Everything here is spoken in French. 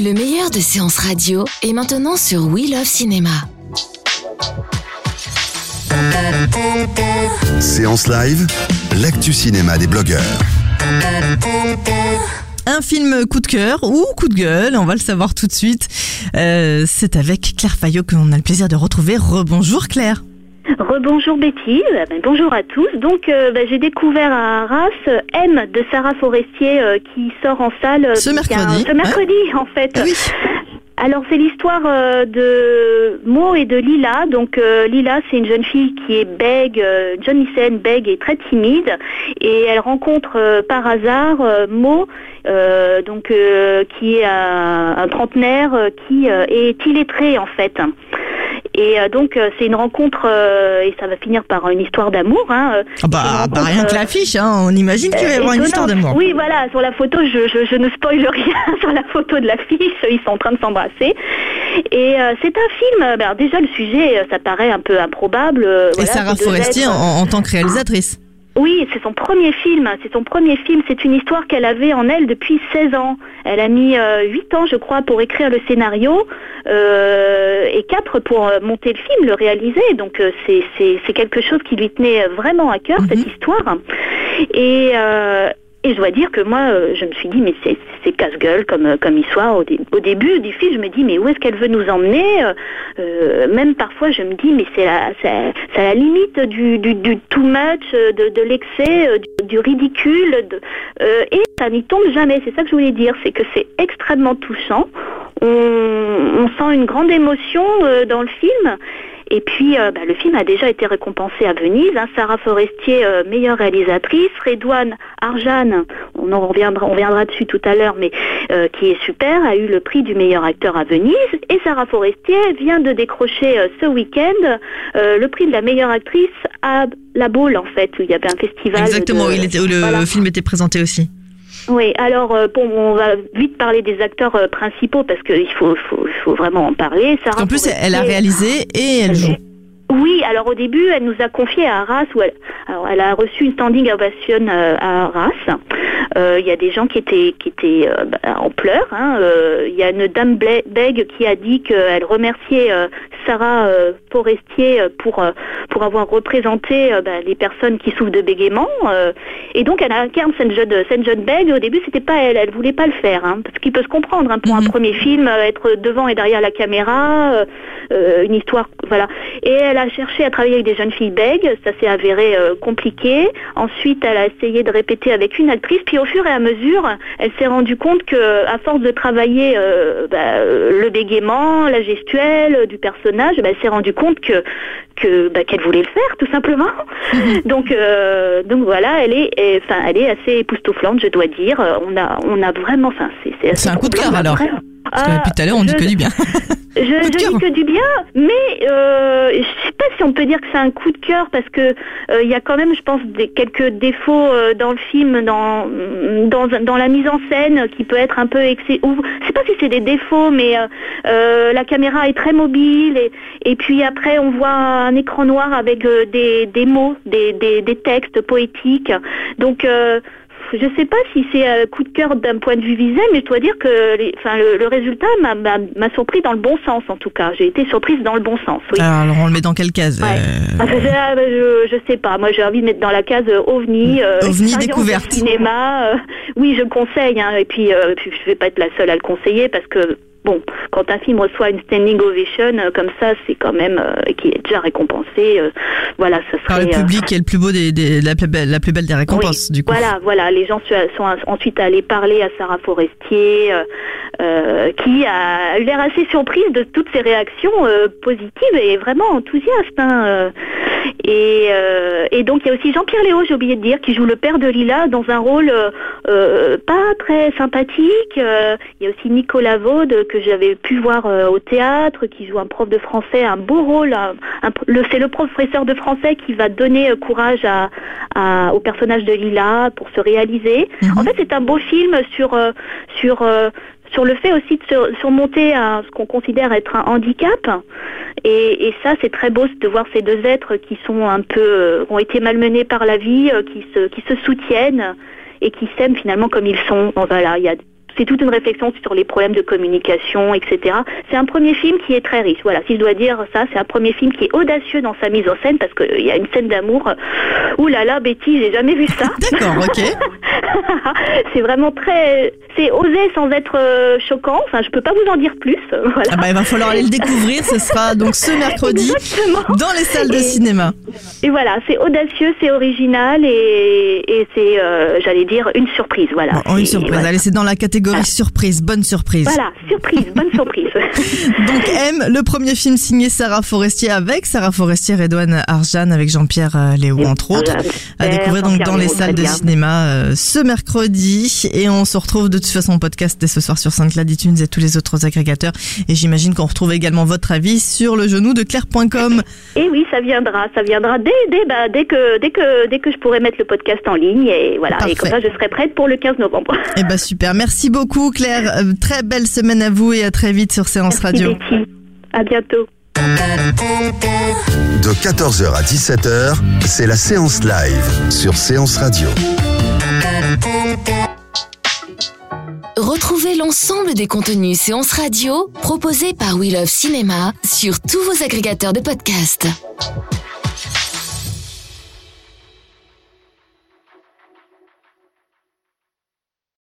Le meilleur de séances radio est maintenant sur We Love Cinéma. Séance live, l'actu cinéma des blogueurs. Un film coup de cœur ou coup de gueule, on va le savoir tout de suite. C'est avec Claire Fayot qu'on a le plaisir de retrouver. Rebonjour Claire. Rebonjour Betty, bonjour à tous. Donc j'ai découvert à Arras M de Sarah Forestier qui sort en salle ce mercredi en fait. Oui. Alors c'est l'histoire de Mo et de Lila. Donc Lila, c'est une jeune fille qui est bègue, jeune lycéenne bègue et très timide, et elle rencontre par hasard Mo, qui est un trentenaire qui est illettré en fait. Et donc c'est une rencontre et ça va finir par une histoire d'amour. Rien que l'affiche, on imagine qu'il va y avoir une histoire d'amour. Oui, voilà, sur la photo, je ne spoil rien sur la photo de l'affiche, ils sont en train de s'embrasser. Et c'est un film, déjà le sujet, ça paraît un peu improbable. Et Sarah Forestier en tant que réalisatrice. Oui, c'est son premier film. C'est une histoire qu'elle avait en elle depuis 16 ans. Elle a mis 8 ans, je crois, pour écrire le scénario et 4 pour monter le film, le réaliser. Donc c'est quelque chose qui lui tenait vraiment à cœur, cette histoire. Et je dois dire que moi, je me suis dit, mais c'est casse-gueule comme histoire. Au début du film, je me dis, mais où est-ce qu'elle veut nous emmener même parfois, je me dis, mais c'est à la limite du too much, de l'excès, du ridicule. Et ça n'y tombe jamais. C'est ça que je voulais dire. C'est que c'est extrêmement touchant. On sent une grande émotion dans le film. Et puis, le film a déjà été récompensé à Venise. Sarah Forestier, meilleure réalisatrice. Redouane Arjan, on reviendra dessus tout à l'heure, mais qui est super, a eu le prix du meilleur acteur à Venise. Et Sarah Forestier vient de décrocher ce week-end le prix de la meilleure actrice à La Baule, en fait, où il y avait un festival. Exactement, le film était présenté aussi. Oui, alors on va vite parler des acteurs principaux parce qu'il faut vraiment en parler. En plus, elle a réalisé et elle joue. Oui, alors au début, elle nous a confié à Arras, elle a reçu une standing ovation à Arras. Il y a des gens qui étaient en pleurs. Il y a une dame bègue qui a dit qu'elle remerciait Sarah Forestier pour avoir représenté les personnes qui souffrent de bégaiement. Et donc elle incarne cette jeune bègue. Au début, c'était pas elle voulait pas le faire, parce qu'il peut se comprendre pour un premier film, être devant et derrière la caméra, une histoire, voilà. Et elle a cherché à travailler avec des jeunes filles bègues, ça s'est avéré compliqué. Ensuite, elle a essayé de répéter avec une actrice, puis au fur et à mesure, elle s'est rendue compte que, à force de travailler le bégaiement, la gestuelle du personnage, elle s'est rendue compte qu'elle voulait le faire, tout simplement. Donc voilà, elle est assez époustouflante, je dois dire. On a vraiment, c'est un coup de cœur alors. Parce que depuis tout à l'heure, on dit que du bien. Je dis que du bien, mais je sais pas si on peut dire que c'est un coup de cœur parce que il y a quand même, je pense, quelques défauts dans le film, dans la mise en scène qui peut être un peu excès. Je sais pas si c'est des défauts, mais la caméra est très mobile et puis après on voit un écran noir avec des mots, des textes poétiques. Donc je sais pas si c'est un coup de cœur d'un point de vue visuel, mais je dois dire que le résultat m'a surpris dans le bon sens, en tout cas. J'ai été surprise dans le bon sens, oui. Alors on le met dans quelle case? Je sais pas. Moi, j'ai envie de mettre dans la case OVNI. OVNI découverte. Cinéma. Oui, je conseille. Et puis, je vais pas être la seule à le conseiller parce que bon, quand un film reçoit une standing ovation comme ça, c'est quand même qui est déjà récompensé. Voilà, ça serait. Par le public qui est le plus beau la plus belle des récompenses, oui, du coup. Voilà, les gens sont ensuite allés parler à Sarah Forestier, qui a eu l'air assez surprise de toutes ces réactions positives et vraiment enthousiaste. Et donc il y a aussi Jean-Pierre Léaud, j'ai oublié de dire, qui joue le père de Lila dans un rôle pas très sympathique. Il y a aussi Nicolas Vaud que j'avais pu voir au théâtre, qui joue un prof de français, un beau rôle. C'est le professeur de français qui va donner courage au personnage de Lila pour se réaliser. En fait, c'est un beau film sur le fait aussi de surmonter ce qu'on considère être un handicap. Et ça, c'est très beau de voir ces deux êtres qui sont ont été malmenés par la vie, qui se soutiennent et qui s'aiment finalement comme ils sont. Bon, voilà, il y a C'est toute une réflexion sur les problèmes de communication, etc. C'est un premier film qui est très riche. Voilà, si je dois dire ça, c'est un premier film qui est audacieux dans sa mise en scène parce qu'il y a une scène d'amour. Ouh là là, Betty, j'ai jamais vu ça. D'accord, ok. C'est vraiment c'est osé sans être choquant. Enfin, je peux pas vous en dire plus. Voilà. Ah bah, il va falloir aller le découvrir. Ce sera donc ce mercredi dans les salles de cinéma. Et voilà, c'est audacieux, c'est original et c'est, j'allais dire, une surprise. Voilà. Bon, une surprise. Voilà. Allez, c'est dans la catégorie surprise. Bonne surprise. Voilà, surprise, bonne surprise. Donc M, le premier film signé Sarah Forestier avec Sarah Forestier, Redouane Arjan avec Jean-Pierre Léaud entre autres, à découvrir donc dans les salles de cinéma ce mercredi. Et on se retrouve de toute façon en podcast dès ce soir sur SoundCloud, iTunes et tous les autres agrégateurs. Et j'imagine qu'on retrouve également votre avis sur le genou de Claire.com. Et oui, ça viendra dès que je pourrai mettre le podcast en ligne et voilà. Parfait. Et comme ça je serai prête pour le 15 novembre. Eh ben super, merci beaucoup Claire, très belle semaine à vous et à très vite sur Séance Radio. Merci Betty. À bientôt. De 14h à 17h, c'est la séance live sur Séance Radio. Retrouvez l'ensemble des contenus Séance Radio proposés par We Love Cinéma sur tous vos agrégateurs de podcasts.